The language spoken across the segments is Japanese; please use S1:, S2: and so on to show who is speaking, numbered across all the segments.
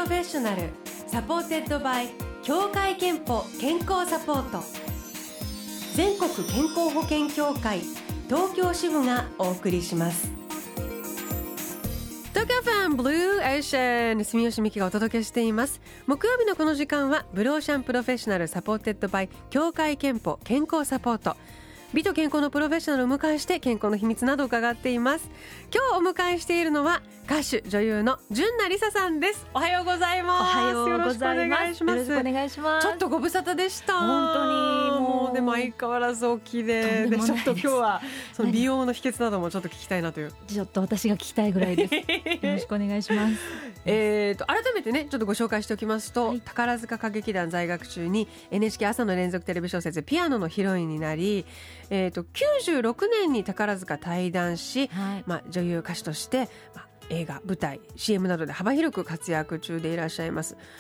S1: ロフェッショナルサポーテッドバイ協会憲法健康サポート、全国健康保険協会東京支部がお送りします。東京ファンブルーエーシャン、住吉美希がお届けしています。木曜日のこの時間はブローシャンプロフェッショナルサポーテッドバイ協会憲法健康サポート、美と健康のプロフェッショナルをお迎えして健康の秘密などを伺っています。今日お迎えしているのは歌手女優の純奈梨沙さんです。おはようございます。
S2: おはようございます。
S1: よろしくお願いします。
S2: よろしくお願いします。
S1: ちょっとご無沙汰でした。
S2: 本当に
S1: もうでも相変わらずお綺麗で、ちょっと今日はその美容の秘訣などもちょっと聞きたいなという。
S2: ちょっと私が聞きたいぐらいです。よろしくお願いします。
S1: 改めてねちょっとご紹介しておきますと、
S2: はい、
S1: 宝塚歌劇団在学中に NHK 朝の連続テレビ小説ピアノのヒロインになり、96年に宝塚退団し、はい、女優歌手として、映画舞台 CM などで幅広く活躍中でいらっしゃいます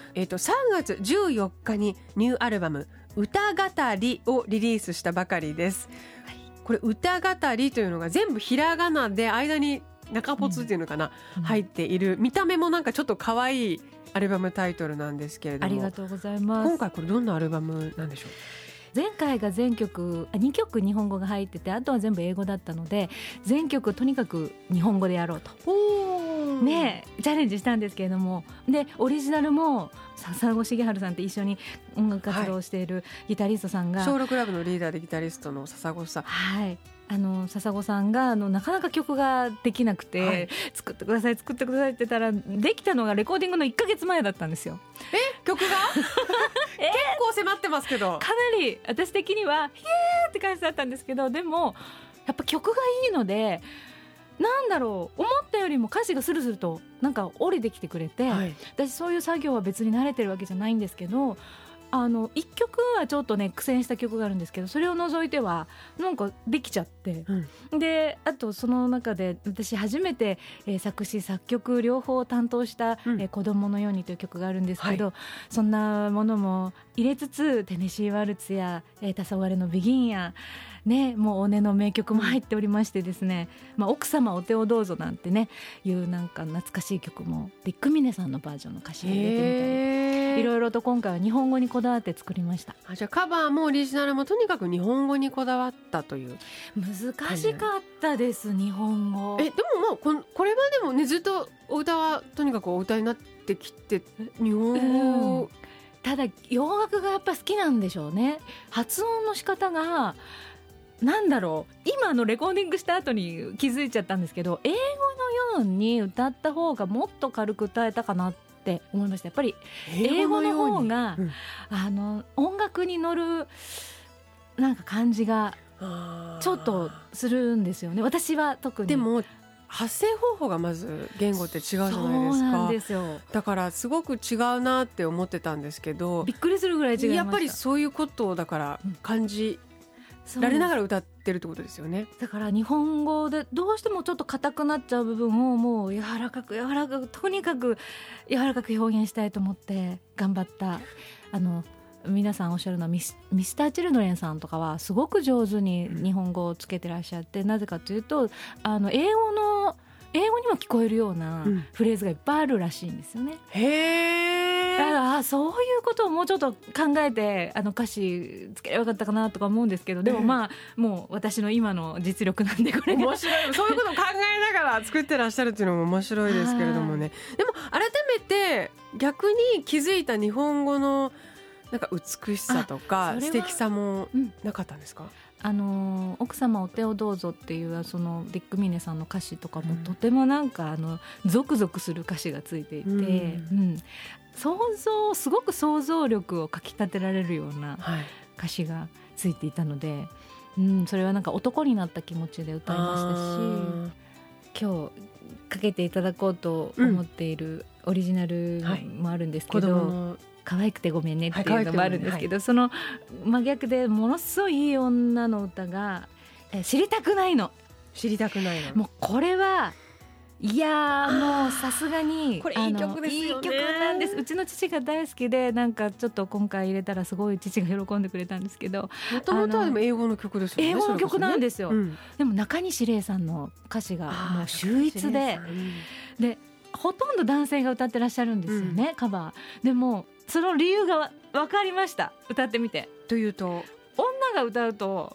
S1: 。3月14日にニューアルバム歌語りをリリースしたばかりです。はい、これ歌語りというのが全部ひらがなで間に中ポツっていうのかな、入っている、見た目もなんかちょっと可愛いアルバムタイトルなんですけれども、
S2: ありがとうございます。
S1: 今回これどんなアルバムなんでしょう。
S2: 前回が全曲2曲日本語が入ってて、あとは全部英語だったので全曲とにかく日本語でやろうとねチャレンジしたんですけれども、でオリジナルも笹子茂治さんって一緒に音楽活動をしているギタリストさんが、
S1: 小6クラブのリーダーでギタリストの笹子さん、
S2: はい、笹子さんがなかなか曲ができなくて、はい、作ってくださいって言ってたら、できたのがレコーディングの1ヶ月前だったんですよ。
S1: 曲が結構迫ってますけど、
S2: かなり私的にはヒエーって感じだったんですけど、でもやっぱ曲がいいので、なんだろう、思ったよりも歌詞がスルスルとなんか降りてきてくれて、はい、私そういう作業は別に慣れてるわけじゃないんですけど、一曲はちょっとね苦戦した曲があるんですけど、それを除いてはなんかできちゃって、であとその中で私初めて、作詞作曲両方を担当した、子供のようにという曲があるんですけど、はい、そんなものも入れつつテネシーワルツや、黄昏のビギンやね、もう尾根の名曲も入っておりましてですね、奥様お手をどうぞなんてねいうなんか懐かしい曲もディック・ミネさんのバージョンの歌詞を入れてみたり、いろいろと今回は日本語にこだわって作りました。
S1: じゃあカバーもオリジナルもとにかく日本語にこだわったという。
S2: 難しかったです日本語。
S1: でもこれまでもねずっとお歌はとにかくお歌になってきて日本語、
S2: ただ洋楽がやっぱ好きなんでしょうね。発音の仕方がなんだろう、今レコーディングした後に気づいちゃったんですけど、英語のように歌った方がもっと軽く歌えたかなって思いました。やっぱり英語の方が、音楽に乗るなんか感じがちょっとするんですよね、私は特に。でも
S1: 発声方法がまず言語って違うじゃないですか。
S2: そうなんですよ。
S1: だからすごく違うなって思ってたんですけど、
S2: びっくりするぐらい違いました。
S1: やっぱりそういうことをだから感じられながら歌ってるってことですよね。
S2: だから日本語でどうしてもちょっと硬くなっちゃう部分をもう柔らかくとにかく柔らかく表現したいと思って頑張った。皆さんおっしゃるのはミスターチルドレンさんとかはすごく上手に日本語をつけてらっしゃって、なぜかというと英語にも聞こえるようなフレーズがいっぱいあるらしいんですよね。だからそういうことをもうちょっと考えて歌詞つければよかったかなとか思うんですけど、でももう私の今の実力なんでこれ
S1: 面白い。そういうことを考えながら作ってらっしゃるっていうのも面白いですけれどもね。でも改めて逆に気づいた日本語のなんか美しさとか素敵さもなかったんですか？
S2: 奥様お手をどうぞっていうそのディック・ミネさんの歌詞とかもとてもなんかゾクゾクする歌詞がついていて、すごく想像力をかきたてられるような歌詞がついていたので、それはなんか男になった気持ちで歌いましたし、今日かけていただこうと思っているオリジナルもあるんですけど、可愛くてごめんねっていうのもあるんですけど、その真逆でものすごいいい女の歌が知りたくないの。もうこれはいやもうさすがに
S1: これいい曲ですよね。
S2: いい曲なんです。うちの父が大好きで、なんかちょっと今回入れたらすごい父が喜んでくれたんですけど、
S1: もともとはでも英語の曲ですよね。
S2: 英語の曲なんですよ、でも中西礼さんの歌詞がもう秀逸で、でほとんど男性が歌ってらっしゃるんですよね、カバーでもその理由が分かりました。歌ってみて。
S1: というと、
S2: 女が歌うと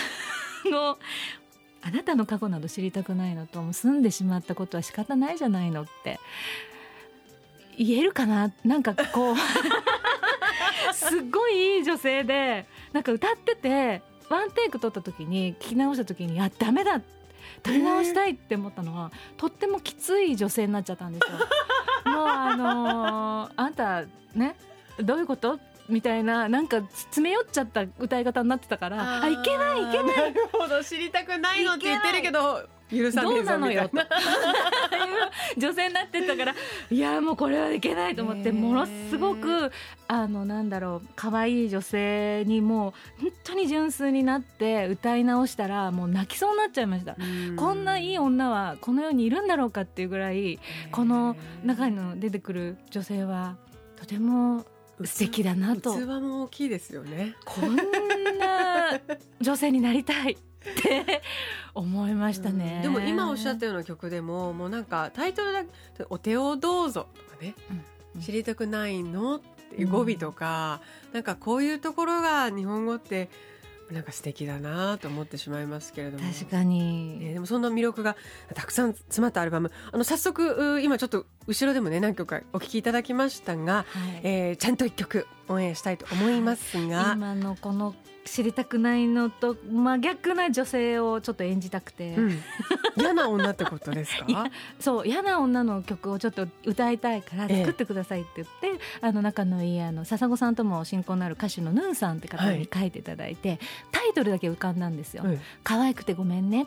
S2: あなたの過去など知りたくないのと、もう済んでしまったことは仕方ないじゃないのって言えるかな。なんかこうすっごいいい女性で、なんか歌っててワンテイク撮った時に聞き直した時に、ダメだ、撮り直したいって思ったのは、とってもきつい女性になっちゃったんですよ。もうあんたね、どういうことみたいな、なんか詰め寄っちゃった歌い方になってたから、いけないいけない、
S1: なるほど、知りたくないのって言ってるけど許さねえぞみたいな、どうなのよと
S2: 女性になってたから、いやもうこれはいけないと思って、ものすごくなんだろう、可愛い女性にもう本当に純粋になって歌い直したら、もう泣きそうになっちゃいました。こんないい女はこの世にいるんだろうかっていうぐらい、この中に出てくる女性はとても素敵だなと。
S1: 器も大きいですよね。
S2: こんな女性になりたいって思いましたね。
S1: でも今おっしゃったような曲でも、もうなんかタイトルだけお手をどうぞとかね、知りたくないのっていう語尾とか、なんかこういうところが日本語ってなんか素敵だなと思ってしまいますけれども。
S2: 確かに、
S1: でもそんな魅力がたくさん詰まったアルバム、早速今ちょっと後ろでもね何曲かお聴きいただきましたが、ちゃんと一曲オンエアしたいと思いますが、
S2: 今のこの知りたくないのと真逆な女性をちょっと演じたくて、
S1: 嫌な女ってことですか？
S2: そう、嫌な女の曲をちょっと歌いたいから作ってくださいって言って、仲のいい笹子さんとも親交のある歌手のヌンさんって方に書いていただいて、タイトルだけ浮かんだんですよ、可愛くてごめんねって。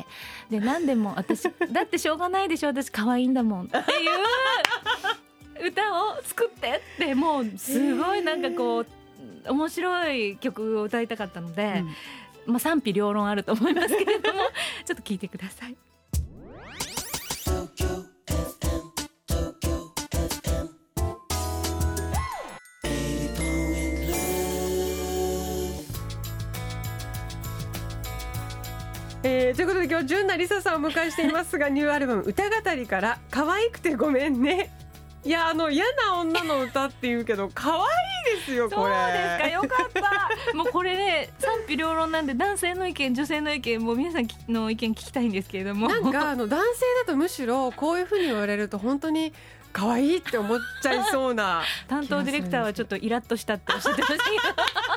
S2: で、何でも私だってしょうがないでしょ、私可愛いんだもんっていう歌を作ってって、もうすごいなんかこう面白い曲を歌いたかったので、賛否両論あると思いますけれどもちょっと聞いてください。
S1: ということで今日純奈りささんをお迎えしていますが、ニューアルバム歌語りから可愛くてごめんね。いや、嫌な女の歌っていうけど可愛いですよこれ。
S2: そうですか、よかったもうこれね、賛否両論なんで、男性の意見女性の意見も皆さんの意見聞きたいんですけれども、
S1: なんか男性だとむしろこういう風に言われると本当に可愛いって思っちゃいそうな
S2: 担当ディレクターはちょっとイラッとしたっておっしゃってましたけど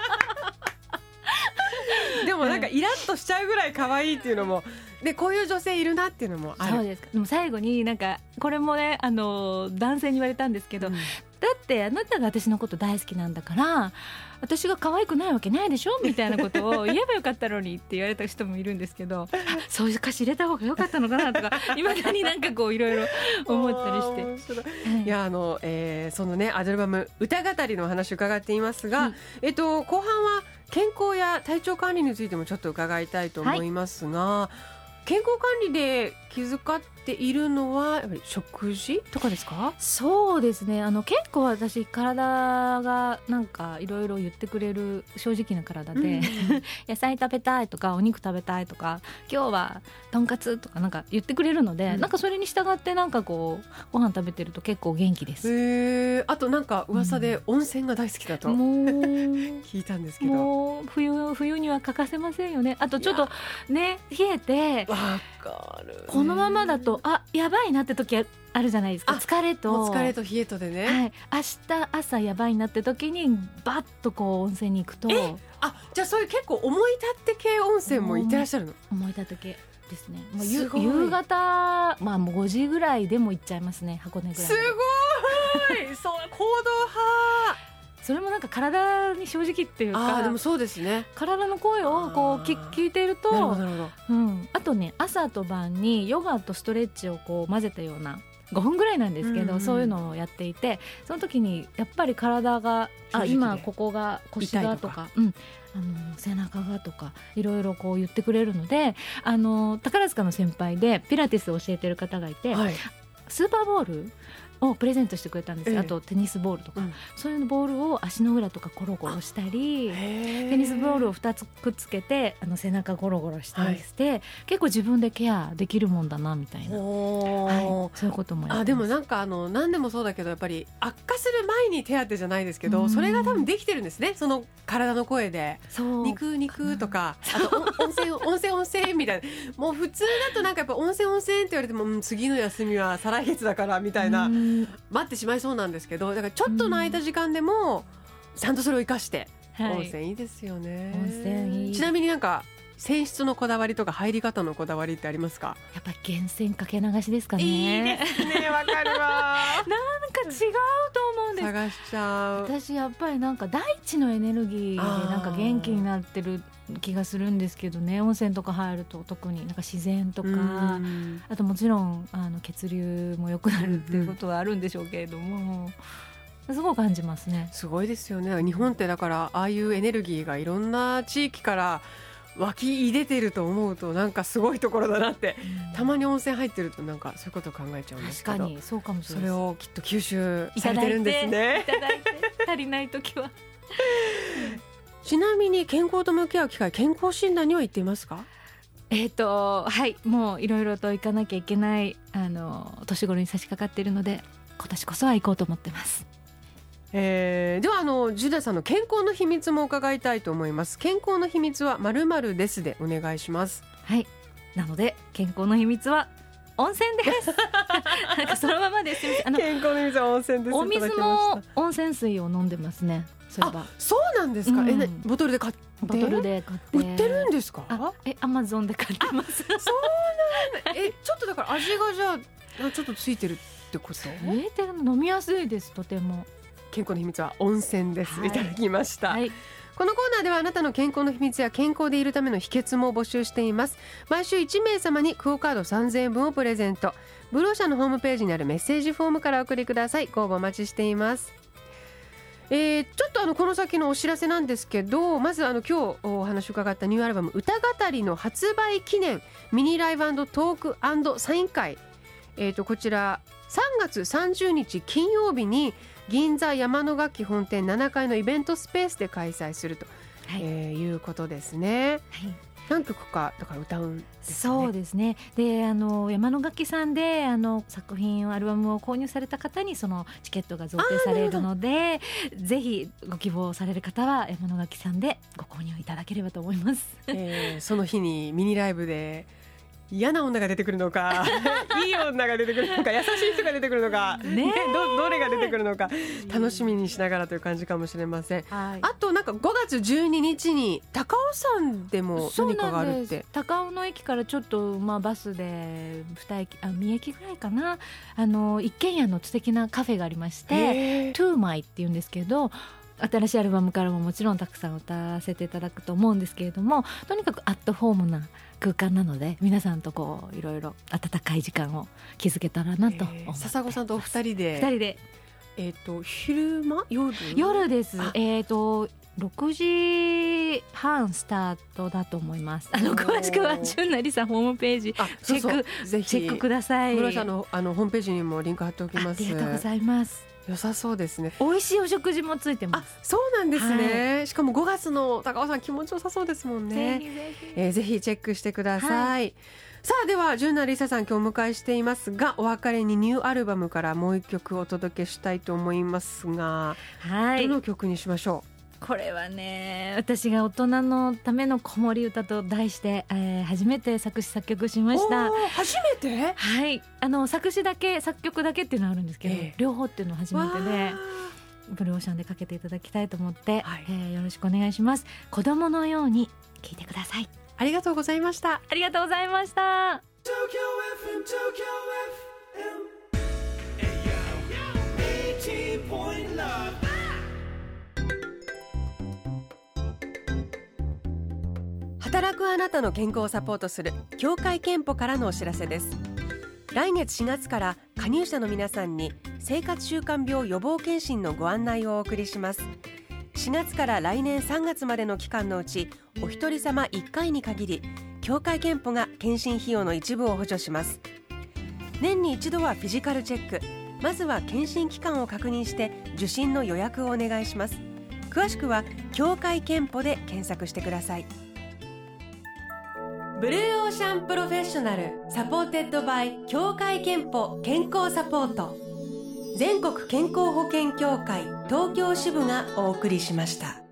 S1: でもなんかイラッとしちゃうぐらい可愛いっていうのもで、こういう女性いるなっていうのもある。
S2: そうですか。でも最後になんかこれもね、男性に言われたんですけど、だってあなたが私のこと大好きなんだから私が可愛くないわけないでしょみたいなことを言えばよかったのにって言われた人もいるんですけどそういう歌詞入れた方がよかったのかなとかいまだになんかこういろいろ思ったりして、
S1: いやそのねアルバム歌語りのお話伺っていますが、後半は健康や体調管理についてもちょっと伺いたいと思いますが、健康管理で気遣っているのはやっぱり食事とかですか？
S2: そうですね、結構私体がなんかいろいろ言ってくれる正直な体で、野菜食べたいとかお肉食べたいとか今日はとんかつとかなんか言ってくれるので、なんかそれに従ってなんかこうご飯食べてると結構元気です。
S1: あとなんか噂で温泉が大好きだと、聞いたんですけど、
S2: もう冬には欠かせませんよね。あとちょっとね冷えてこのままだとやばいなって時あるじゃないですか。疲れと
S1: 冷えとでね、
S2: 明日朝やばいなって時にバッとこう温泉に行くと、
S1: じゃあそういう結構思い立って系温泉も行ってらっしゃるの？
S2: 思い立って系ですね。もう夕方もう5時ぐらいでも行っちゃいますね、箱根ぐらい。
S1: すごいそう行動派。
S2: それもなんか体に正直っていうか、
S1: でもそうですね、
S2: 体の声をこう聞いていると、あとね朝と晩にヨガとストレッチをこう混ぜたような5分ぐらいなんですけど、そういうのをやっていて、その時にやっぱり体が今ここが腰がとか背中がとかいろいろこう言ってくれるので、宝塚の先輩でピラティスを教えてる方がいて、スーパーボールをプレゼントしてくれたんですよ、
S1: ええ、
S2: あとテニスボールとか、
S1: うん、
S2: そういうボールを足の裏とかゴロゴロしたり、テニスボールを2つくっつけて背中ゴロゴロしたりして、はい、結構自分でケアできるもんだなみたいな、はい、そういうこともやってます。
S1: でもなんか何でもそうだけどやっぱり悪化する前に手当てじゃないですけど、それが多分できてるんですね、その体の声で肉とか、あと温泉みたいな、もう普通だとなんかやっぱ温泉って言われても、次の休みは再来月だからみたいな待ってしまいそうなんですけど、だからちょっとの空いた時間でもちゃんとそれを生かして、温泉いいですよね。
S2: 温泉いい。
S1: ちなみになんか泉質のこだわりとか入り方のこだわりってありますか？
S2: やっぱ源泉かけ流しですかね。
S1: いいですね、わかるわ
S2: なんか違うと思うんです。
S1: 探しちゃう。
S2: 私やっぱりなんか大地のエネルギーでなんか元気になってる気がするんですけどね。温泉とか入ると特になんか自然とか、あともちろん血流も良くなるっていうことはあるんでしょうけれども、すごい感じますね。
S1: すごいですよね。日本ってだからああいうエネルギーがいろんな地域から湧き出てると思うと、なんかすごいところだなって、たまに温泉入ってるとなんかそういうことを考えちゃうんですけど、
S2: 確かにそうかもしれない。
S1: それをきっと吸収されてるんですね。
S2: いただいて足りないときは
S1: ちなみに健康と向き合う機会、健康診断には行っていますか？
S2: はい、もういろいろと行かなきゃいけない年頃に差し掛かっているので、今年こそは行こうと思ってます。
S1: ではジュダさんの健康の秘密も伺いたいと思います。健康の秘密は〇〇ですでお願いします。
S2: はい、なので健康の秘密は温泉ですなんかそのままです。
S1: 健康の秘密は温泉です。
S2: お水も温泉水を飲んでますね。
S1: そうなんですか、ボトルで買って売ってるんですか？
S2: アマゾンで買ってます。
S1: そうなんちょっとだから味がじゃあちょっとついてるってこと？
S2: 飲みやすいです。とても。
S1: 健康の秘密は温泉です、いただきました、
S2: はい、
S1: このコーナーではあなたの健康の秘密や健康でいるための秘訣も募集しています。毎週1名様にクオカード3000円分をプレゼント。ブロー社のホームページにあるメッセージフォームからお送りください。ご応募お待ちしています。ちょっとこの先のお知らせなんですけど、まず今日お話を伺ったニューアルバム歌語りの発売記念ミニライブ&トーク&サイン会、こちら3月30日金曜日に銀座山野楽器本店7階のイベントスペースで開催すると、いうことですね。はい、何曲かだから歌うんですね。
S2: そうですね。で山野楽器さんで作品アルバムを購入された方にそのチケットが贈呈されるので、ぜひご希望される方は山野楽器さんでご購入いただければと思います。
S1: その日にミニライブで嫌な女が出てくるのかいい女が出てくるのか優しい人が出てくるのか、どれが出てくるのか楽しみにしながらという感じかもしれません。あとなんか5月12日に高尾山でも何かがあるって。
S2: 高尾の駅からちょっと、バスで2駅3駅ぐらいかな、一軒家の素敵なカフェがありまして、トゥーマイっていうんですけど、新しいアルバムからももちろんたくさん歌わせていただくと思うんですけれども、とにかくアットホームな空間なので、皆さんとこういろいろ温かい時間を築けたらなと思ってます。
S1: 笹子さんとお二人で昼間
S2: 夜です。6時半スタートだと思います。詳しくは純なりさんホームページチェックください。
S1: ブロ社のホームページにもリンク貼っておきます。
S2: ありがとうございます。
S1: 良さそうですね。
S2: 美味しいお食事もついてます。
S1: そうなんですね、しかも5月の高尾さん気持ちよさそうですもんね。ぜひチェックしてください。さあでは純奈りささん今日お迎えしていますが、お別れにニューアルバムからもう一曲お届けしたいと思いますが、どの曲にしましょう？
S2: これはね、私が大人のための子守歌と題して、初めて作詞作曲しました。
S1: 初めて？
S2: はい、作詞だけ作曲だけっていうのはあるんですけど、両方っていうのは初めてで、ブルーオーシャンでかけていただきたいと思って、よろしくお願いします。子供のように聴いてください。
S1: ありがとうございました。
S2: ありがとうございました。
S1: 働くあなたの健康をサポートする協会憲法からのお知らせです。来月4月から加入者の皆さんに生活習慣病予防検診のご案内をお送りします。4月から来年3月までの期間のうちお一人様1回に限り協会憲法が検診費用の一部を補助します。年に一度はフィジカルチェック、 まずは検診期間を確認して受診の予約をお願いします。詳しくは協会憲法で検索してください。ブルーオーシャンプロフェッショナルサポーテッドバイ協会憲法健康サポート、全国健康保険協会東京支部がお送りしました。